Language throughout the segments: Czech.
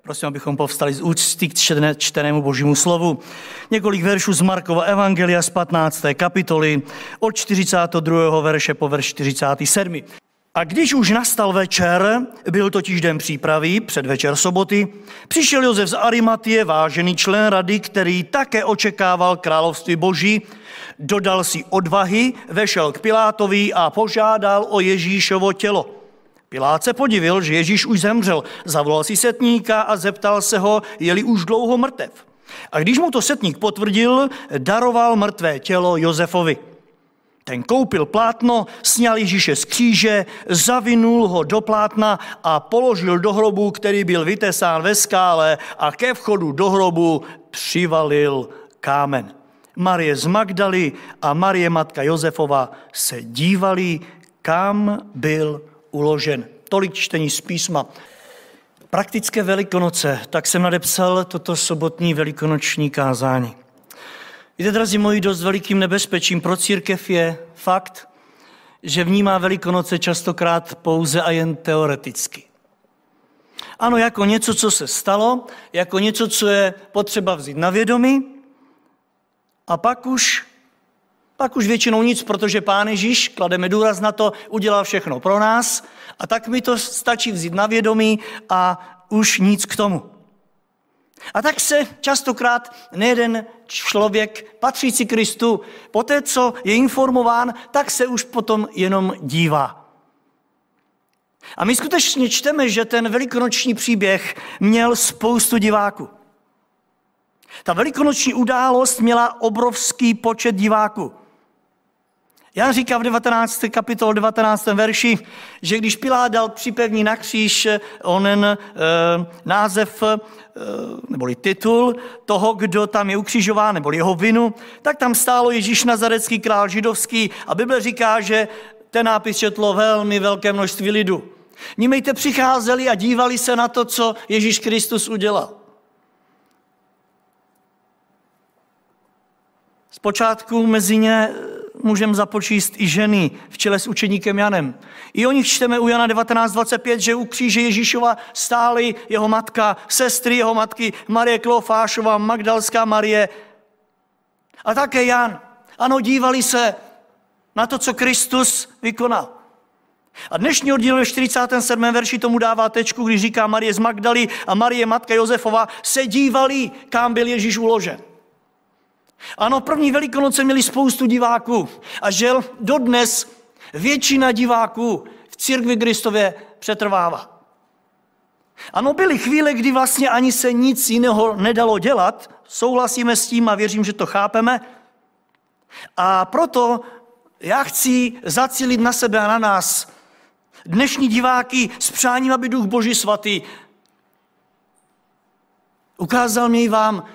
Prosím, abychom povstali z úcty k čtenému Božímu slovu. Několik veršů z Markova evangelia z 15. kapitoly od 42. verše po verš 47. A když už nastal večer, byl totiž den přípravy, předvečer soboty, přišel Josef z Arimatie, vážený člen rady, který také očekával království Boží, dodal si odvahy, vešel k Pilátovi a požádal o Ježíšovo tělo. Pilát se podivil, že Ježíš už zemřel, zavolal si setníka a zeptal se ho, je-li už dlouho mrtev. A když mu to setník potvrdil, daroval mrtvé tělo Josefovi. Ten koupil plátno, sňal Ježíše z kříže, zavinul ho do plátna a položil do hrobu, který byl vytesán ve skále, a ke vchodu do hrobu přivalil kámen. Marie z Magdaly a Marie matka Josefova se dívali, kam byl uložen. Tolik čtení z písma. Praktické Velikonoce, tak jsem nadepsal toto sobotní velikonoční kázání. Víte, drazí moji, dost velikým nebezpečím pro církev je fakt, že vnímá Velikonoce častokrát pouze a jen teoreticky. Ano, jako něco, co se stalo, jako něco, co je potřeba vzít na vědomí, a pak už většinou nic, protože Pán Ježíš, klademe důraz na to, udělal všechno pro nás, a tak mi to stačí vzít na vědomí a už nic k tomu. A tak se častokrát nejeden člověk patřící Kristu, poté, co je informován, tak se už potom jenom dívá. A my skutečně čteme, že ten velikonoční příběh měl spoustu diváků. Ta velikonoční událost měla obrovský počet diváků. Jan říká v 19. kapitole 19. verši, že když Pilát dal připevní na kříž onen název, neboli titul toho, kdo tam je ukřižován, neboli jeho vinu, tak tam stálo Ježíš Nazarecký, král židovský, a Bible říká, že ten nápis četlo velmi velké množství lidu. Nímejte přicházeli a dívali se na to, co Ježíš Kristus udělal. Zpočátku mezi ně můžeme započíst i ženy v čele s učeníkem Janem. I o nich čteme u Jana 19.25, že u kříže Ježíšova stály jeho matka, sestry jeho matky, Marie Kleofášova, Magdalská Marie a také Jan. Ano, dívali se na to, co Kristus vykonal. A dnešní oddíl ve 47. verši tomu dává tečku, když říká Marie z Magdaly a Marie matka Josefova se dívali, kam byl Ježíš uložen. Ano, první Velikonoce měli spoustu diváků a žel dodnes většina diváků v církvi Kristově přetrvává. Ano, byly chvíle, kdy vlastně ani se nic jiného nedalo dělat, souhlasíme s tím a věřím, že to chápeme. A proto já chci zacílit na sebe a na nás dnešní diváky s přáním, aby Duch Boží svatý ukázal mě i vám,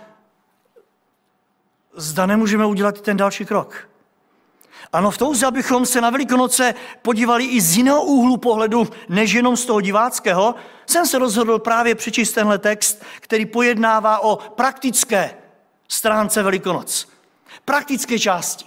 zda nemůžeme udělat ten další krok. Ano, v touze, abychom se na Velikonoce podívali i z jiného úhlu pohledu, než jenom z toho diváckého, jsem se rozhodl právě přečíst tenhle text, který pojednává o praktické stránce Velikonoc. Praktické části.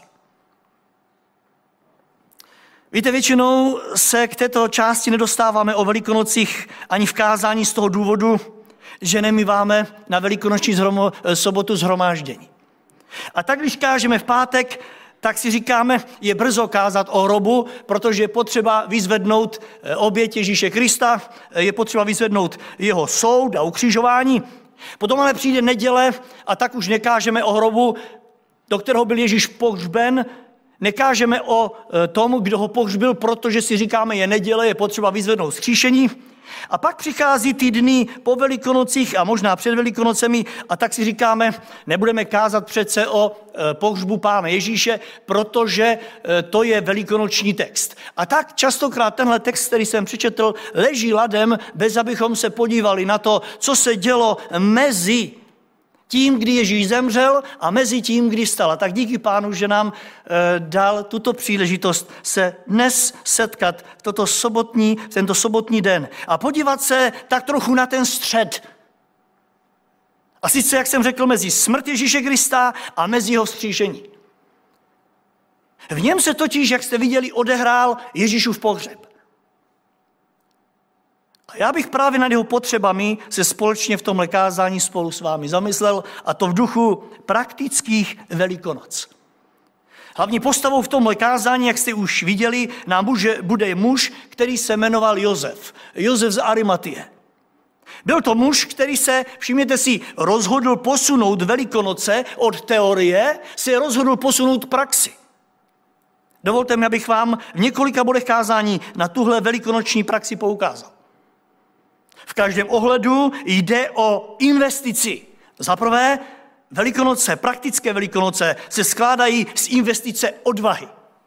Víte, většinou se k této části nedostáváme o Velikonocích ani v kázání z toho důvodu, že nemíváme na velikonoční sobotu shromáždění. A tak, když kážeme v pátek, tak si říkáme, je brzo kázat o hrobu, protože je potřeba vyzvednout oběť Ježíše Krista, je potřeba vyzvednout jeho soud a ukřižování. Potom ale přijde neděle a tak už nekážeme o hrobu, do kterého byl Ježíš pohřben, nekážeme o tom, kdo ho pohřbil, protože si říkáme, je neděle, je potřeba vyzvednout vzkříšení. A pak přichází ty dny po Velikonocích a možná před Velikonocemi a tak si říkáme, nebudeme kázat přece o pohřbu Pána Ježíše, protože to je velikonoční text. A tak častokrát tenhle text, který jsem přečetl, leží ladem, bez abychom se podívali na to, co se dělo mezi tím, kdy Ježíš zemřel a mezi tím, kdy vstal. A tak díky Pánu, že nám dal tuto příležitost se dnes setkat v tento sobotní den a podívat se tak trochu na ten střed. A sice, jak jsem řekl, mezi smrt Ježíše Krista a mezi jeho vzkříšení. V něm se totiž, jak jste viděli, odehrál Ježíšův pohřeb. A já bych právě nad jeho potřebami se společně v tomhle kázání spolu s vámi zamyslel, a to v duchu praktických Velikonoc. Hlavní postavou v tomhle kázání, jak jste už viděli, nám bude muž, který se jmenoval Josef. Josef z Arimatie. Byl to muž, který se, všimněte si, rozhodl posunout Velikonoce od teorie, se rozhodl posunout praxi. Dovolte mi, abych vám v několika bodech kázání na tuhle velikonoční praxi poukázal. V každém ohledu jde o investici. Za prvé, Velikonoce, praktické Velikonoce se skládají z investice odvahy.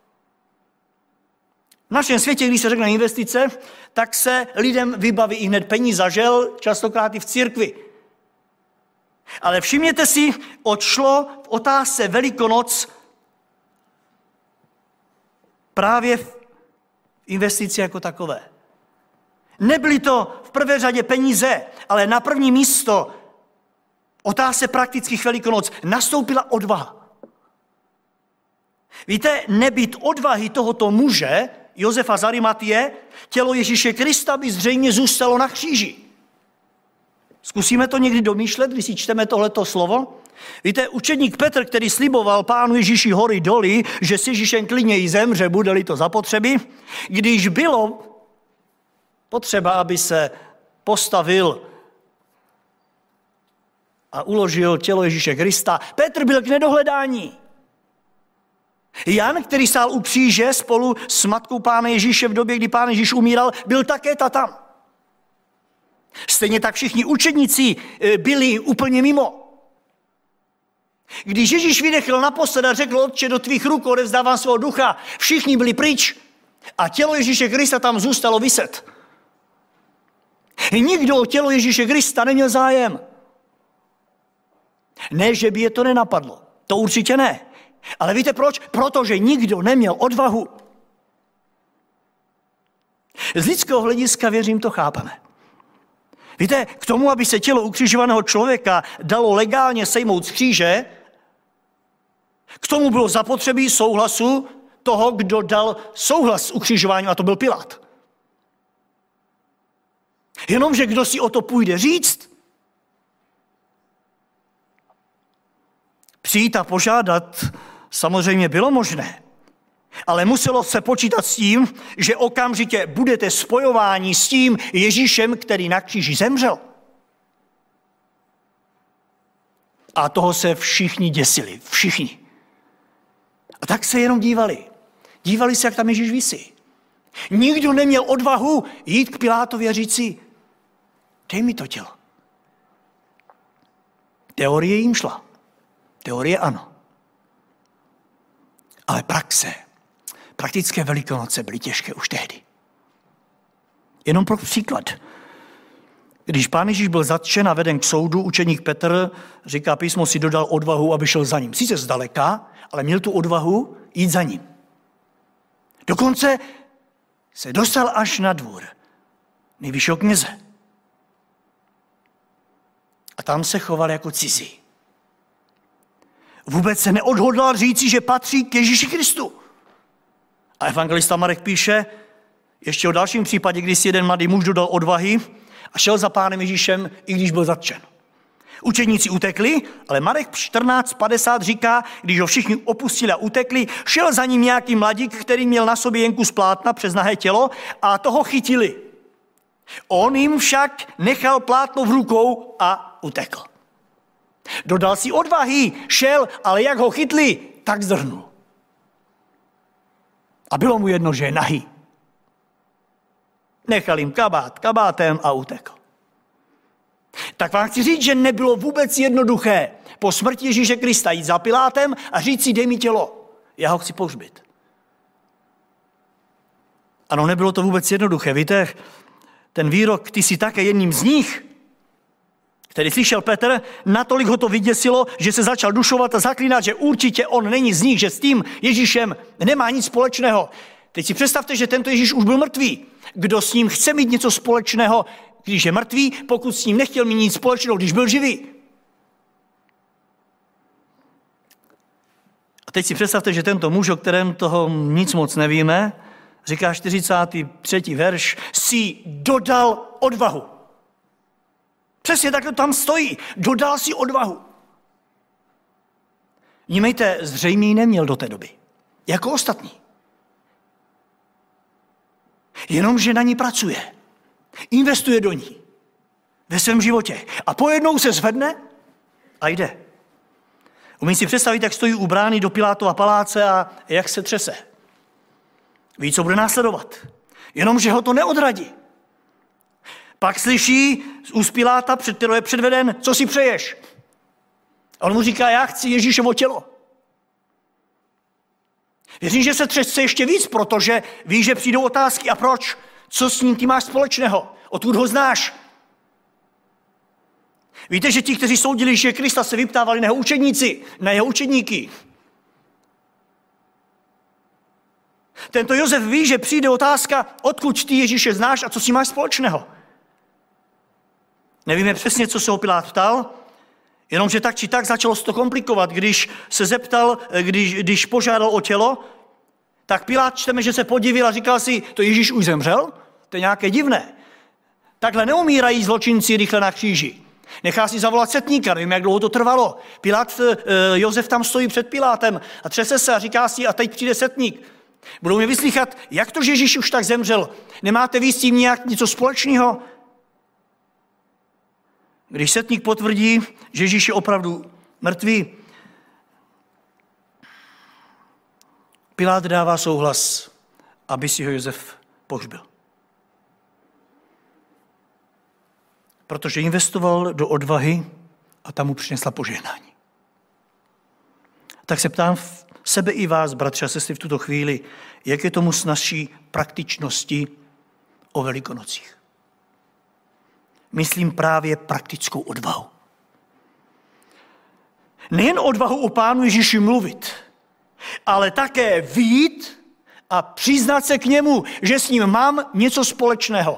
V našem světě, když se řekne investice, tak se lidem vybaví i hned peníze, žel, častokrát i v církvi. Ale všimněte si, odšlo v otázce Velikonoc právě v investici jako takové. Nebyly to v prvé řadě peníze, ale na první místo otázce praktických Velikonoc nastoupila odvaha. Víte, nebýt odvahy tohoto muže, Josefa z Arimatie, tělo Ježíše Krista by zřejmě zůstalo na kříži. Zkusíme to někdy domýšlet, když si čteme tohleto slovo? Víte, učedník Petr, který sliboval Pánu Ježíši hory doly, že s Ježíšem klidně i zemře, bude-li to zapotřebí, když bylo potřeba, aby se postavil a uložil tělo Ježíše Krista, Petr byl k nedohledání. Jan, který stál u kříže spolu s matkou Pána Ježíše v době, kdy Pán Ježíš umíral, byl také tam. Stejně tak všichni učedníci byli úplně mimo. Když Ježíš vydechl naposled a řekl: Otče, do tvých rukou odevzdávám svého ducha, všichni byli pryč a tělo Ježíše Krista tam zůstalo viset. Nikdo o tělo Ježíše Krista neměl zájem. Ne, že by je to nenapadlo. To určitě ne. Ale víte proč? Protože nikdo neměl odvahu. Z lidského hlediska, věřím, to chápeme. Víte, k tomu, aby se tělo ukřižovaného člověka dalo legálně sejmout z kříže, k tomu bylo zapotřebí souhlasu toho, kdo dal souhlas s ukřižováním, a to byl Pilát. Jenomže kdo si o to půjde říct, přijít a požádat samozřejmě bylo možné, ale muselo se počítat s tím, že okamžitě budete spojováni s tím Ježíšem, který na kříži zemřel. A toho se všichni děsili, všichni. A tak se jenom dívali. Dívali se, jak tam Ježíš visí. Nikdo neměl odvahu jít k Pilátovi a říct si: dej mi to tělo. Teorie jim šla. Teorie ano. Ale praxe, praktické Velikonoce byly těžké už tehdy. Jenom pro příklad. Když Pán Ježíš byl zatčen a veden k soudu, učeník Petr, říká písmo, si dodal odvahu, aby šel za ním. Sice zdaleka, ale měl tu odvahu jít za ním. Dokonce se dostal až na dvůr nejvyššího kněze. A tam se choval jako cizí. Vůbec se neodhodlal říci, že patří k Ježíši Kristu. A evangelista Marek píše ještě o dalším případě, kdy si jeden mladý muž dodal odvahy a šel za Pánem Ježíšem, i když byl zatčen. Učeníci utekli, ale Marek 14:50 říká, když ho všichni opustili a utekli, šel za ním nějaký mladík, který měl na sobě jen kus plátna přes nahé tělo, a toho chytili. On jim však nechal plátno v rukou a utekl. Dodal si odvahy, šel, ale jak ho chytli, tak zdrhnul. A bylo mu jedno, že je nahý. Nechal jim kabát kabátem a utekl. Tak vám chci říct, že nebylo vůbec jednoduché po smrti Ježíše Krista jít za Pilátem a říct si: dej mi tělo, já ho chci pohřbit. Ano, nebylo to vůbec jednoduché. Víte, ten výrok, ty jsi také jedním z nich, který slyšel Petr, natolik ho to vyděsilo, že se začal dušovat a zaklínat, že určitě on není z nich, že s tím Ježíšem nemá nic společného. Teď si představte, že tento Ježíš už byl mrtvý. Kdo s ním chce mít něco společného, když je mrtvý, pokud s ním nechtěl mít nic společného, když byl živý? A teď si představte, že tento muž, o kterém toho nic moc nevíme, říká 43. verš, si dodal odvahu. Přesně tak to tam stojí. Dodal si odvahu. Vnímejte, zřejmě ji neměl do té doby. Jako ostatní. Jenomže na ní pracuje. Investuje do ní. Ve svém životě. A pojednou se zvedne a jde. Umím si představit, jak stojí u brány do Pilátova paláce a jak se třese. Ví, co bude následovat. Jenomže ho to neodradí. Pak slyší z Piláta, před kterou je předveden, co si přeješ. A on mu říká, já chci Ježíšovo tělo. Věřím, že se třese ještě víc, protože ví, že přijdou otázky. A proč? Co s ním ty máš společného? Odkud ho znáš? Víte, že ti, kteří soudili, že Krista, se vyptávali na jeho učedníky. Tento Josef ví, že přijde otázka, odkud ty Ježíše znáš a co si máš společného. Nevíme přesně, co se ho Pilát ptal, jenomže tak či tak začalo se to komplikovat. Když se zeptal, když požádal o tělo, tak Pilát, čteme, že se podivil a říkal si, to Ježíš už zemřel? To je nějaké divné. Takhle neumírají zločinci rychle na kříži. Nechá si zavolat setníka, nevím, jak dlouho to trvalo. Josef tam stojí před Pilátem a třese se a říká si, a teď přijde setník. Budou mě vyslýchat, jak to, že Ježíš už tak zemřel? Nemáte vy s tím nějak něco společného? Když setník potvrdí, že Ježíš je opravdu mrtvý, Pilát dává souhlas, aby si ho Josef pohřbil. Protože investoval do odvahy a tam mu přinesla požehnání. Tak se ptám sebe i vás, bratři a sestry, v tuto chvíli, jak je tomu s naší praktičností o Velikonocích. Myslím právě praktickou odvahu. Nejen odvahu o Pánu Ježíši mluvit, ale také vyjít a přiznat se k němu, že s ním mám něco společného.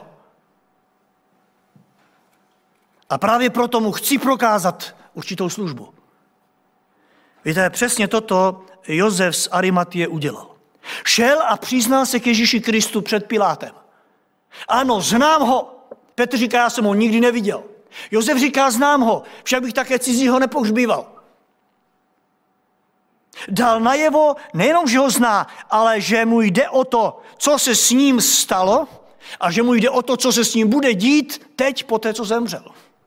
A právě proto mu chci prokázat určitou službu. Víte, přesně toto Josef z Arimatie udělal. Šel a přiznal se k Ježíši Kristu před Pilátem. Ano, znám ho. Petr říká, já jsem ho nikdy neviděl. Josef říká, znám ho, však bych také cizího nepohřbíval. Dal najevo nejenom, že ho zná, ale že mu jde o to, co se s ním stalo a že mu jde o to, co se s ním bude dít teď po té, co zemřel.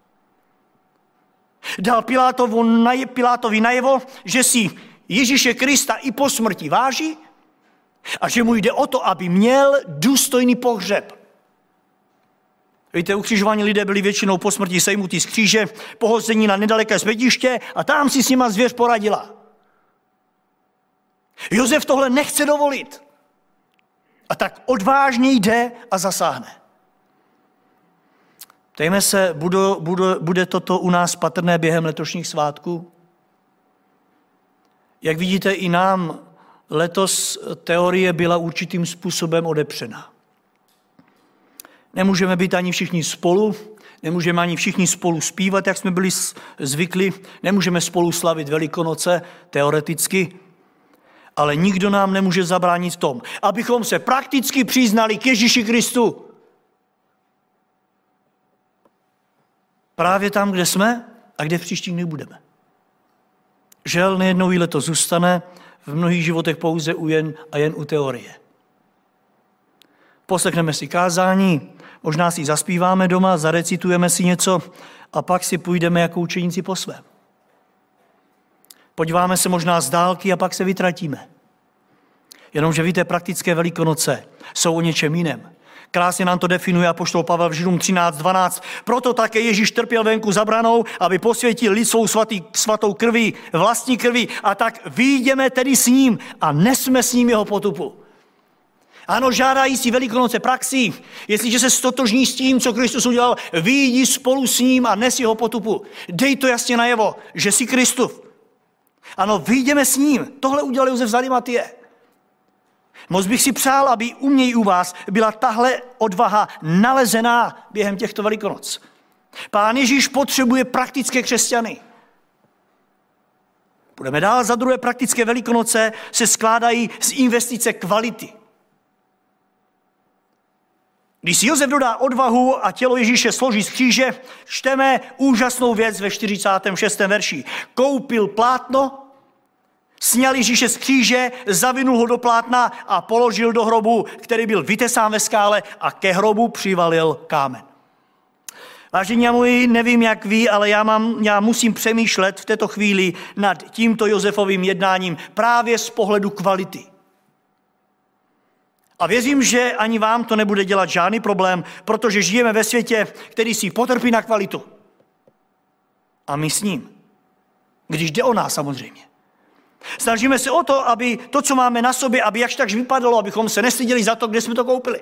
Dal Pilátovi najevo, že si Ježíše Krista i po smrti váží a že mu jde o to, aby měl důstojný pohřeb. Víte, ukřižovaní lidé byli většinou po smrti sejmutí z kříže, pohození na nedaleké smetiště a tam si s nima zvěř poradila. Josef tohle nechce dovolit. A tak odvážně jde a zasáhne. Ptejme se, bude toto u nás patrné během letošních svátků? Jak vidíte, i nám letos teorie byla určitým způsobem odepřena. Nemůžeme být ani všichni spolu, nemůžeme ani všichni spolu zpívat, jak jsme byli zvykli, nemůžeme spolu slavit Velikonoce, teoreticky, ale nikdo nám nemůže zabránit v tom, abychom se prakticky přiznali k Ježíši Kristu. Právě tam, kde jsme a kde v příštích dnech budeme. Žel nejednou i letos zůstane v mnohých životech pouze jen u teorie. Poslechneme si kázání, možná si zaspíváme doma, zarecitujeme si něco a pak si půjdeme jako učeníci po svém. Podíváme se možná z dálky a pak se vytratíme. Jenomže víte, praktické Velikonoce jsou o něčem jiném. Krásně nám to definuje apoštol Pavel v Židům 13:12. Proto také Ježíš trpěl venku za branou, aby posvětil lid svou svatou krví, vlastní krví, a tak vyjdeme tedy s ním a nesme s ním jeho potupu. Ano, žádají si Velikonoce praxi. Jestliže se stotožní s tím, co Kristus udělal, vyjdi spolu s ním a nes jeho potupu. Dej to jasně najevo, že jsi Kristův. Ano, vyjdeme s ním. Tohle udělal Josef z Arimatie. Moc bych si přál, aby u mě i u vás byla tahle odvaha nalezená během těchto Velikonoc. Pán Ježíš potřebuje praktické křesťany. Budeme dál, za druhé, praktické Velikonoce se skládají z investice kvality. Když si Josef dodá odvahu a tělo Ježíše složí z kříže, čteme úžasnou věc ve 46. verši. Koupil plátno, sňal Ježíše z kříže, zavinul ho do plátna a položil do hrobu, který byl vytesán ve skále, a ke hrobu přivalil kámen. Vážení a moji, nevím jak vy, ale já musím přemýšlet v této chvíli nad tímto Josefovým jednáním právě z pohledu kvality. A věřím, že ani vám to nebude dělat žádný problém, protože žijeme ve světě, který si potrpí na kvalitu. A my s ním. Když jde o nás samozřejmě. Snažíme se o to, aby to, co máme na sobě, aby jakž takž vypadalo, abychom se nestyděli za to, kde jsme to koupili.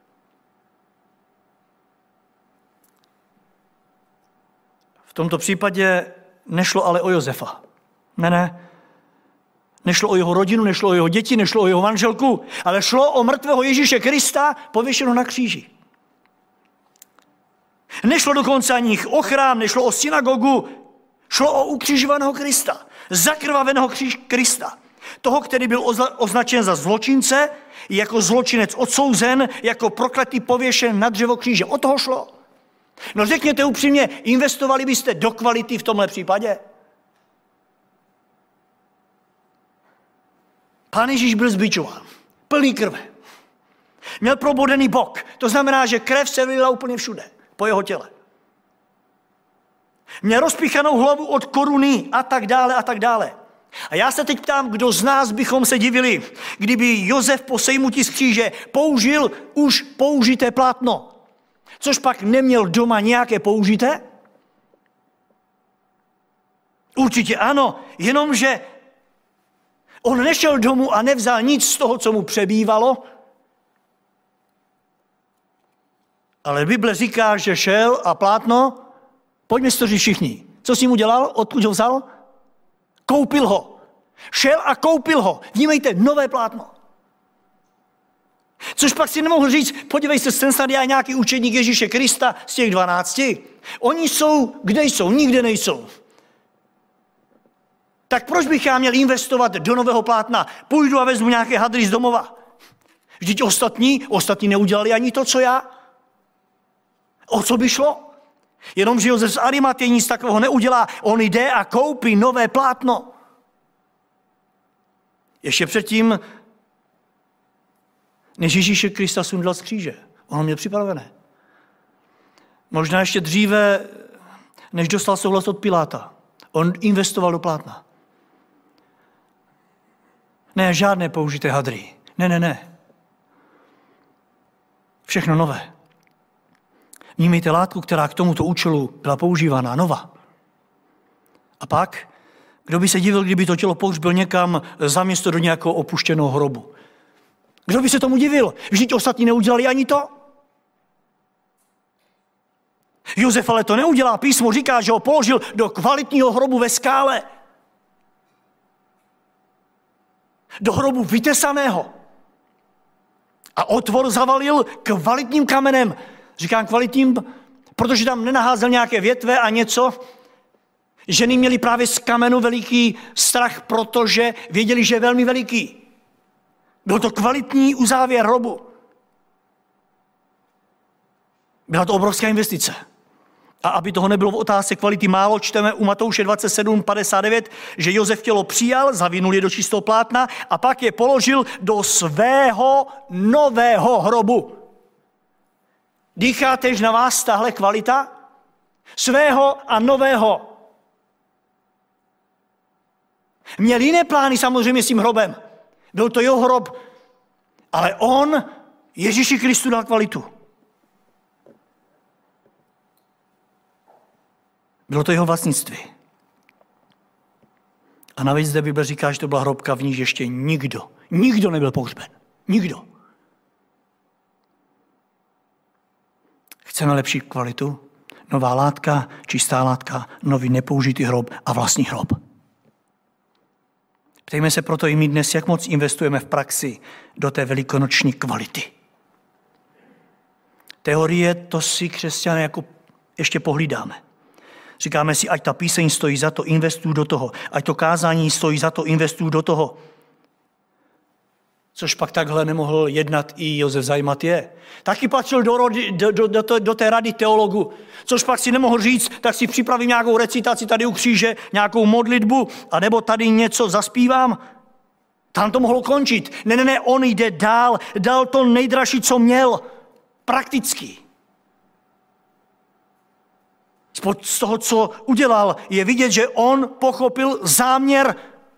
V tomto případě nešlo ale o Josefa. Ne. Nešlo o jeho rodinu, nešlo o jeho děti, nešlo o jeho manželku, ale šlo o mrtvého Ježíše Krista pověšeného na kříži. Nešlo dokonce ani o chrám, nešlo o synagogu, šlo o ukřižovaného Krista, zakrvaveného Krista. Toho, který byl označen za zločince, jako zločinec odsouzen, jako prokletý pověšen na dřevo kříže. O toho šlo. No řekněte upřímně, investovali byste do kvality v tomhle případě? Pán Ježíš byl zbičován, plný krve. Měl probodený bok, to znamená, že krev se vylila úplně všude, po jeho těle. Měl rozpíchanou hlavu od koruny a tak dále a tak dále. A já se teď ptám, kdo z nás bychom se divili, kdyby Josef po sejmutí z kříže použil už použité plátno, což pak neměl doma nějaké použité? Určitě ano, jenomže on nešel domů a nevzal nic z toho, co mu přebývalo, ale Bible říká, že šel a plátno, pojďme si to říct všichni. Co jsi mu dělal? Odkud ho vzal? Koupil ho. Šel a koupil ho. Vnímejte, nové plátno. Což pak si nemohl říct, podívej se, jsem snad já nějaký učedník Ježíše Krista z těch 12. Oni jsou, kde jsou? Nikde nejsou. Tak proč bych já měl investovat do nového plátna? Půjdu a vezmu nějaké hadry z domova. Vždyť ostatní neudělali ani to, co já. O co by šlo? Jenomže Josef z Arimathie nic takového neudělá. On jde a koupí nové plátno. Ještě předtím, než Ježíše Krista sundal z kříže. On ho měl připravené. Možná ještě dříve, než dostal souhlas od Piláta. On investoval do plátna. Ne, žádné použité hadry. Ne. Všechno nové. Vnímejte látku, která k tomuto účelu byla používána, nová. A pak, kdo by se divil, kdyby to tělo pohřbil někam za město do nějakého opuštěného hrobu? Kdo by se tomu divil? Vždyť ostatní neudělali ani to. Josef ale to neudělá. Písmo říká, že ho položil do kvalitního hrobu ve skále. Do hrobu vytesaného. A otvor zavalil kvalitním kamenem. Říkám kvalitním, protože tam nenaházel nějaké větve a něco. Ženy měly právě z kamenu veliký strach, protože věděli, že je velmi veliký. Byl to kvalitní uzávěr hrobu. Byla to obrovská investice. A aby toho nebylo v otázce kvality málo, čteme u Matouše 27:59, že Josef tělo přijal, zavinul je do čistého plátna a pak je položil do svého nového hrobu. Dýchá tež na vás tahle kvalita? Svého a nového. Měl jiné plány samozřejmě s tím hrobem. Byl to jeho hrob, ale on Ježíši Kristu dal kvalitu. Bylo to jeho vlastnictví. A navíc zde Bible říká, že to byla hrobka, v níž ještě nikdo nebyl pohřben. Nikdo. Chceme lepší kvalitu? Nová látka, čistá látka, nový nepoužitý hrob a vlastní hrob. Ptejme se proto i my dnes, jak moc investujeme v praxi do té velikonoční kvality. Teorie, to si křesťané jako ještě pohlídáme. Říkáme si, ať ta píseň stojí za to, investuju do toho. Ať to kázání stojí za to, investuju do toho. Což pak takhle nemohl jednat i Josef z Arimatie. Taky patřil do té rady teologů. Což pak si nemohl říct, tak si připravím nějakou recitaci tady u kříže, nějakou modlitbu, anebo tady něco zaspívám. Tam to mohlo končit. Ne, on jde dál, dal to nejdražší, co měl. Prakticky. Z toho, co udělal, je vidět, že on pochopil záměr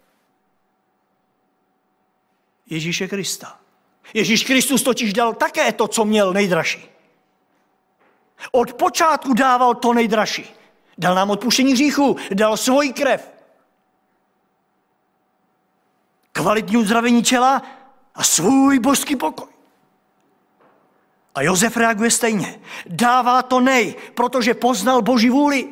Ježíše Krista. Ježíš Kristus totiž dal také to, co měl nejdražší. Od počátku dával to nejdražší. Dal nám odpuštění hříchů, dal svoji krev. Kvalitní uzdravení těla a svůj božský pokoj. A Josef reaguje stejně. Dává to protože poznal Boží vůli.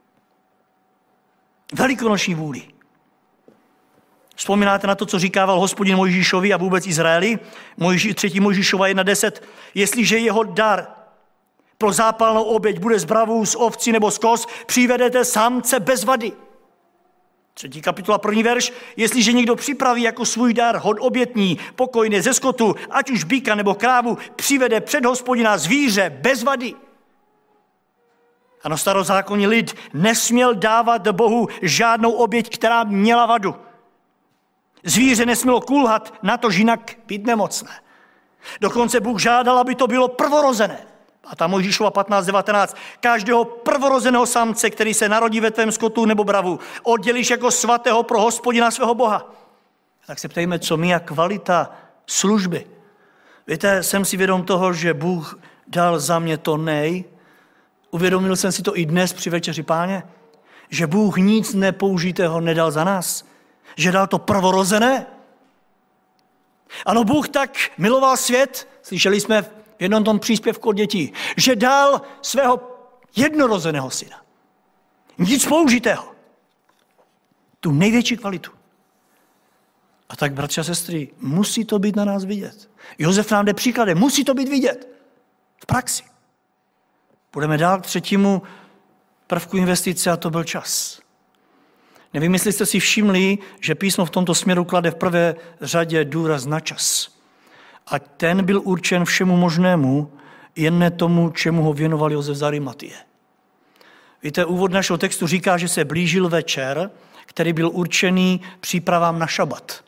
Velikonoční vůli. Vzpomínáte na to, co říkával Hospodin Mojžíšovi a vůbec Izraeli? 3. Mojžíšova 1.10. Jestliže jeho dar pro zápalnou oběť bude z bravů, z ovci nebo z koz, přivedete samce bez vady. 3. kapitola 1. verš. Jestliže někdo připraví jako svůj dar hod obětní, pokojně ze skotu, ať už býka nebo krávu, přivede před Hospodina zvíře bez vady. Ano, starozákonní lid nesměl dávat Bohu žádnou oběť, která měla vadu. Zvíře nesmělo kulhat, natož jinak být nemocné. Dokonce Bůh žádal, aby to bylo prvorozené. A ta Mojžíšova 15.19. Každého prvorozeného samce, který se narodí ve tvém skotu nebo bravu, oddělíš jako svatého pro Hospodina svého Boha. Tak se ptejme, co mi je kvalita služby. Víte, jsem si vědom toho, že Bůh dal za mě to Uvědomil jsem si to i dnes při večeři Páně, že Bůh nic nepoužitého nedal za nás. Že dal to prvorozené. Ano, Bůh tak miloval svět, slyšeli jsme v jednom tom příspěvku od dětí, že dal svého jednorozeného syna. Nic použitého. Tu největší kvalitu. A tak, bratři a sestry, musí to být na nás vidět. Josef nám jde příkladem, musí to být vidět. V praxi. Půjdeme dál k 3. prvku investice a to byl čas. Nevím, jestli jste si všimli, že písmo v tomto směru klade v prvé řadě důraz na čas. A ten byl určen všemu možnému, jen ne tomu, čemu ho věnoval Josef z Arimatie. Víte, úvod našeho textu říká, že se blížil večer, který byl určený přípravám na šabat.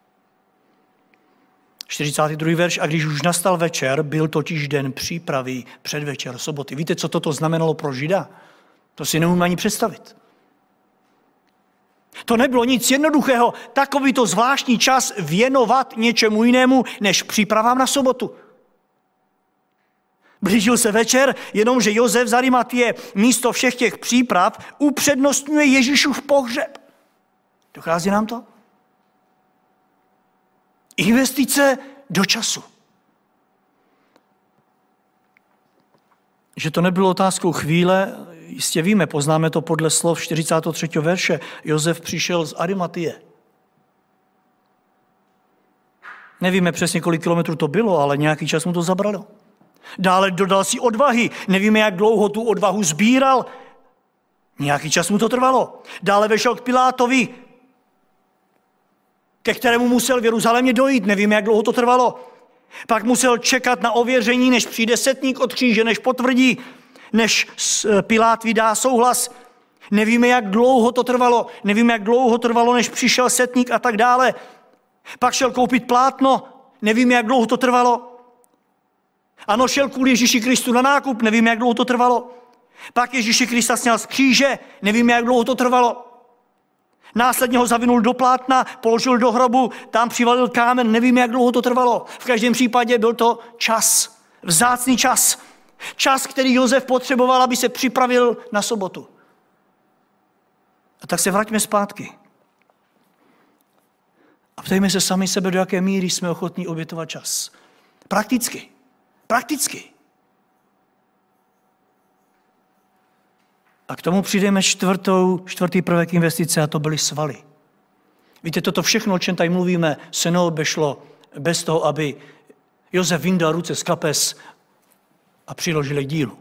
42. verš. A když už nastal večer, byl totiž den přípravy předvečer soboty. Víte, co toto znamenalo pro Žida? To si neumím ani představit. To nebylo nic jednoduchého, takovýto zvláštní čas věnovat něčemu jinému, než přípravám na sobotu. Blížil se večer, jenomže Josef z Arimatie místo všech těch příprav upřednostňuje Ježíšův pohřeb. Dochází nám to? Investice do času. Že to nebylo otázkou chvíle, jistě víme, poznáme to podle slov 43. verše. Josef přišel z Arimatie. Nevíme přesně, kolik kilometrů to bylo, ale nějaký čas mu to zabralo. Dále dodal si odvahy. Nevíme, jak dlouho tu odvahu sbíral. Nějaký čas mu to trvalo. Dále vešel k Pilátovi, ke kterému musel v Jeruzalémě dojít. Nevíme, jak dlouho to trvalo. Pak musel čekat na ověření, než přijde setník od kříže, než potvrdí, než Pilát vydá souhlas. Nevíme, jak dlouho to trvalo. Nevíme, jak dlouho trvalo, než přišel setník a tak dále. Pak šel koupit plátno. Nevíme, jak dlouho to trvalo. Ano, šel kvůli Ježíši Kristu na nákup. Nevíme, jak dlouho to trvalo. Pak Ježíši Krista sněl z kříže. Nevíme, jak dlouho to trvalo. Následně ho zavinul do plátna, položil do hrobu, tam přivalil kámen, nevíme, jak dlouho to trvalo. V každém případě byl to čas, vzácný čas. Čas, který Josef potřeboval, aby se připravil na sobotu. A tak se vraťme zpátky. A ptejme se sami sebe, do jaké míry jsme ochotní obětovat čas. Prakticky. Prakticky. A k tomu přijdeme čtvrtý prvek investice a to byly svaly. Víte, toto všechno, o čem tady mluvíme, se neobešlo bez toho, aby Josef vyndal ruce z kapes a přiložil k dílu.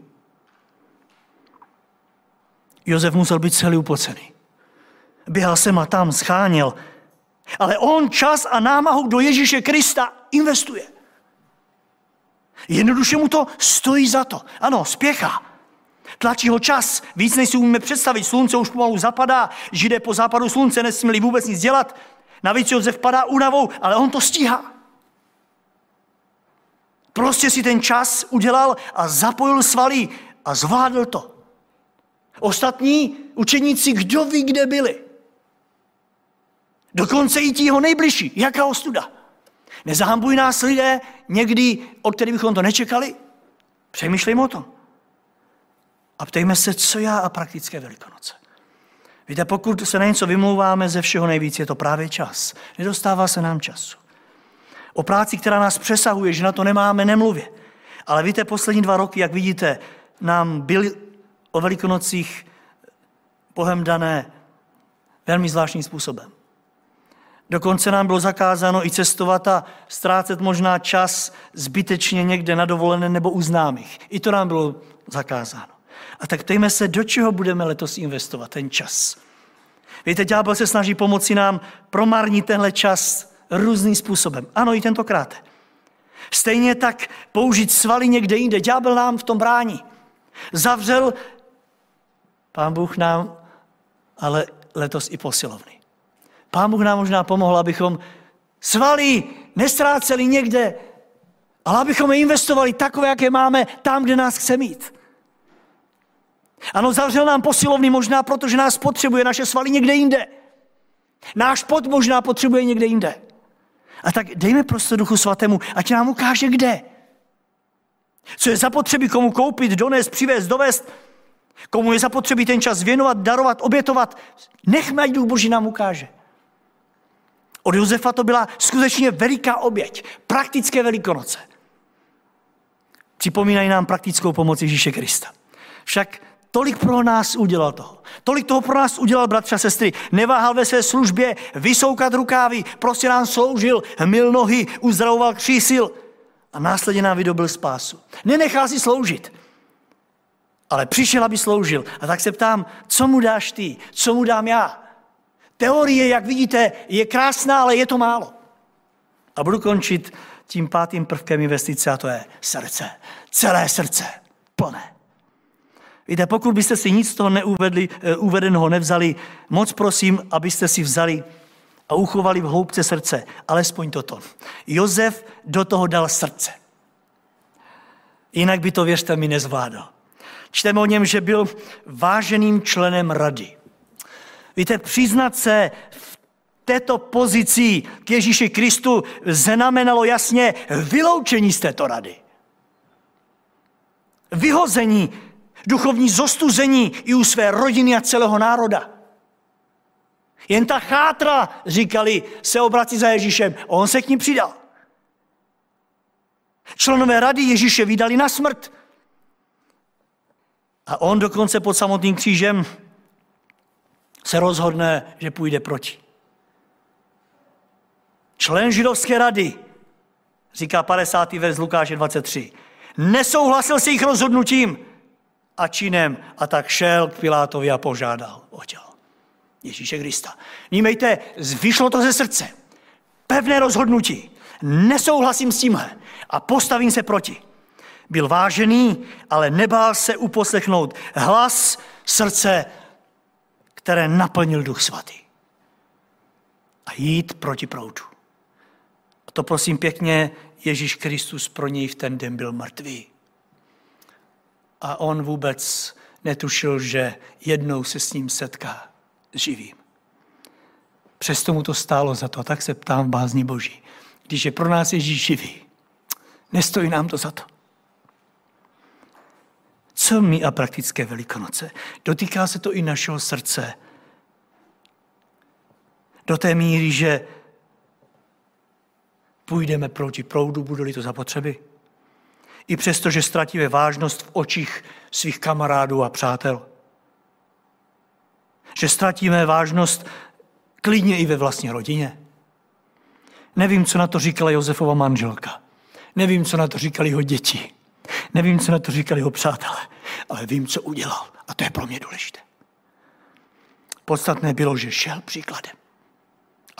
Josef musel být celý upocený. Běhal sem a tam, scháněl. Ale on čas a námahu do Ježíše Krista investuje. Jednoduše mu to stojí za to. Ano, spěchá. Tlačí ho čas, víc než si umíme představit. Slunce už pomalu zapadá, Židé po západu slunce nesměli vůbec nic dělat. Navíc Josef padá únavou, ale on to stíhá. Prostě si ten čas udělal a zapojil svaly a zvládl to. Ostatní učeníci, kdo ví, kde byli. Dokonce i ti jeho nejbližší. Jaká ostuda. Nezahambují nás lidé někdy, od kterých bychom to nečekali? Přemýšlejme o tom. A ptejme se, co já a praktické Velikonoce. Víte, pokud se na něco vymlouváme, ze všeho nejvíc je to právě čas. Nedostává se nám času. O práci, která nás přesahuje, že na to nemáme, nemluvě. Ale víte, poslední 2 roky, jak vidíte, nám byly o Velikonocích Bohem dané velmi zvláštním způsobem. Dokonce nám bylo zakázáno i cestovat a ztrácet možná čas zbytečně někde na dovolené nebo u známých. I to nám bylo zakázáno. A tak ptejme se, do čeho budeme letos investovat ten čas. Víte, ďábel se snaží pomoci nám promarnit tenhle čas různým způsobem. Ano, i tentokrát. Stejně tak použít svaly někde jinde. Ďábel nám v tom brání. Zavřel Pán Bůh nám, ale letos i posilovny. Pán Bůh nám možná pomohl, abychom svaly nestráceli někde, ale abychom je investovali takové, jaké máme, tam, kde nás chce mít. Ano, zavřel nám posilovny možná, protože nás potřebuje naše svaly někde jinde. Náš pot možná potřebuje někde jinde. A tak dejme prostor Duchu Svatému, ať nám ukáže kde. Co je zapotřebí komu koupit, donést, přivést, dovést, komu je zapotřebí ten čas věnovat, darovat, obětovat. Nechme, ať Duch Boží nám ukáže. Od Josefa to byla skutečně veliká oběť, praktické Velikonoce. Připomínají nám praktickou pomoc Ježíše Krista. Však tolik pro nás udělal toho. Tolik toho pro nás udělal, bratři a sestry. Neváhal ve své službě vysoukat rukávy, prostě nám sloužil, myl nohy, uzdravoval křísil a následně nám vydobil spásu. Nenechal si sloužit, ale přišel, aby sloužil. A tak se ptám, co mu dáš ty, co mu dám já? Teorie, jak vidíte, je krásná, ale je to málo. A budu končit tím 5. prvkem investice, a to je srdce. Celé srdce, plné. Víte, pokud byste si nic z toho uvedeného nevzali, moc prosím, abyste si vzali a uchovali v hloubce srdce, alespoň toto. Josef do toho dal srdce. Jinak by to, věřte mi, nezvládal. Čteme o něm, že byl váženým členem rady. Víte, přiznat se v této pozici k Ježíši Kristu znamenalo jasně vyloučení z této rady. Vyhození, duchovní zostuzení i u své rodiny a celého národa. Jen ta chátra, říkali, se obrací za Ježíšem. On se k ní přidal. Členové rady Ježíše vydali na smrt. A on dokonce pod samotným křížem se rozhodne, že půjde proti. Člen židovské rady, říká 50. verš Lukáše 23, nesouhlasil s jejich rozhodnutím a činem a tak šel k Pilátovi a požádal o tělo Ježíše Krista. Vnímejte, vyšlo to ze srdce. Pevné rozhodnutí. Nesouhlasím s tímhle a postavím se proti. Byl vážený, ale nebál se uposlechnout hlas srdce, které naplnil Duch Svatý. A jít proti proudu. A to prosím pěkně, Ježíš Kristus pro něj v ten den byl mrtvý. A on vůbec netušil, že jednou se s ním setká živým. Přesto mu to stálo za to. A tak se ptám v bázni Boží. Když je pro nás Ježíš živý, nestojí nám to za to. Co my a praktické Velikonoce? Dotýká se to i našeho srdce. Do té míry, že půjdeme proti proudu, bude-li to zapotřeby. I přesto, že ztratíme vážnost v očích svých kamarádů a přátel. Že ztratíme vážnost klidně i ve vlastní rodině. Nevím, co na to říkala Josefova manželka. Nevím, co na to říkali jeho děti. Nevím, co na to říkali jeho přátelé. Ale vím, co udělal. A to je pro mě důležité. Podstatné bylo, že šel příkladem. A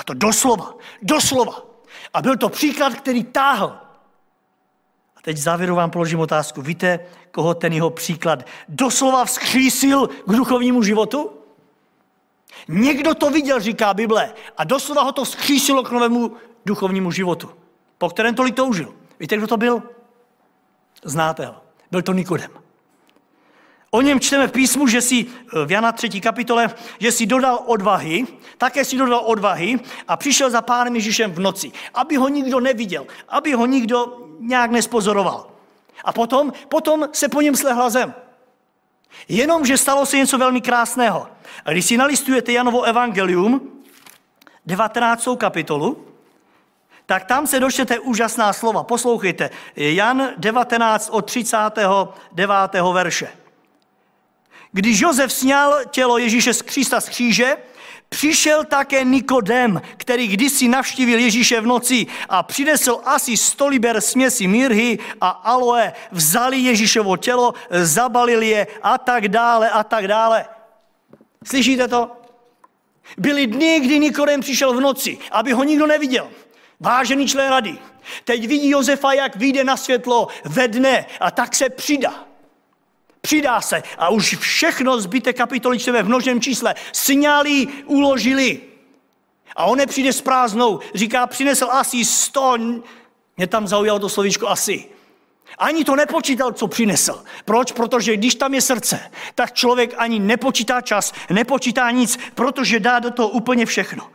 A to doslova. A byl to příklad, který táhl. A teď v závěru vám položím otázku. Víte, koho ten jeho příklad doslova vzkřísil k duchovnímu životu? Někdo to viděl, říká Bible, a doslova ho to vzkřísilo k novému duchovnímu životu, po kterém tolik toužil. Víte, kdo to byl? Znáte ho. Byl to Nikodem. O něm čteme v písmu, že si v Jana 3. kapitole, že si dodal odvahy, také si dodal odvahy a přišel za Pánem Ježíšem v noci, aby ho nikdo neviděl, aby ho nikdo nějak nespozoroval. A potom se po něm slehla zem. Jenomže stalo se něco velmi krásného. A když si nalistujete Janovo evangelium, 19. kapitolu, tak tam se dočtete úžasná slova. Poslouchejte, Jan 19 od 39. verše. Když Josef sňal tělo Ježíše z Krista z kříže, přišel také Nikodem, který kdysi navštívil Ježíše v noci a přinesl asi 100 liber směsi mirhy a aloe. Vzali Ježíšovo tělo, zabalili je a tak dále a tak dále. Slyšíte to? Byly dny, kdy Nikodem přišel v noci, aby ho nikdo neviděl. Vážený člen rady. Teď vidí Josefa, jak vyjde na světlo ve dne a tak se přidá. Přidá se a už všechno zbytek kapitoly čteme v množném čísle. Sňali, uložili. A on nepřijde s prázdnou. Říká, přinesl asi 100. Mě tam zaujalo to slovíčko asi. Ani to nepočítal, co přinesl. Proč? Protože když tam je srdce, tak člověk ani nepočítá čas, nepočítá nic, protože dá do toho úplně všechno.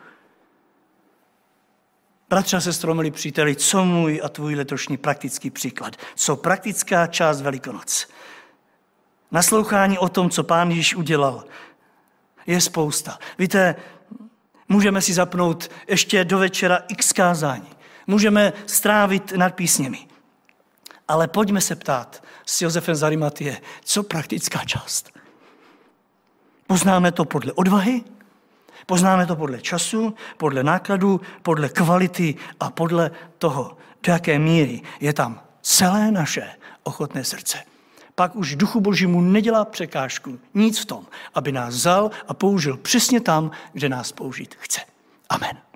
Bratře a sestro, milí příteli, co můj a tvůj letošní praktický příklad? Co praktická část Velikonoc? Naslouchání o tom, co Pán Ježíš udělal, je spousta. Víte, můžeme si zapnout ještě do večera x kázání. Můžeme strávit nad písněmi. Ale pojďme se ptát s Josefem z Arimatie, co praktická část? Poznáme to podle odvahy, poznáme to podle času, podle nákladu, podle kvality a podle toho, do jaké míry je tam celé naše ochotné srdce. Pak už Duchu Božímu nedělá překážku, nic v tom, aby nás vzal a použil přesně tam, kde nás použít chce. Amen.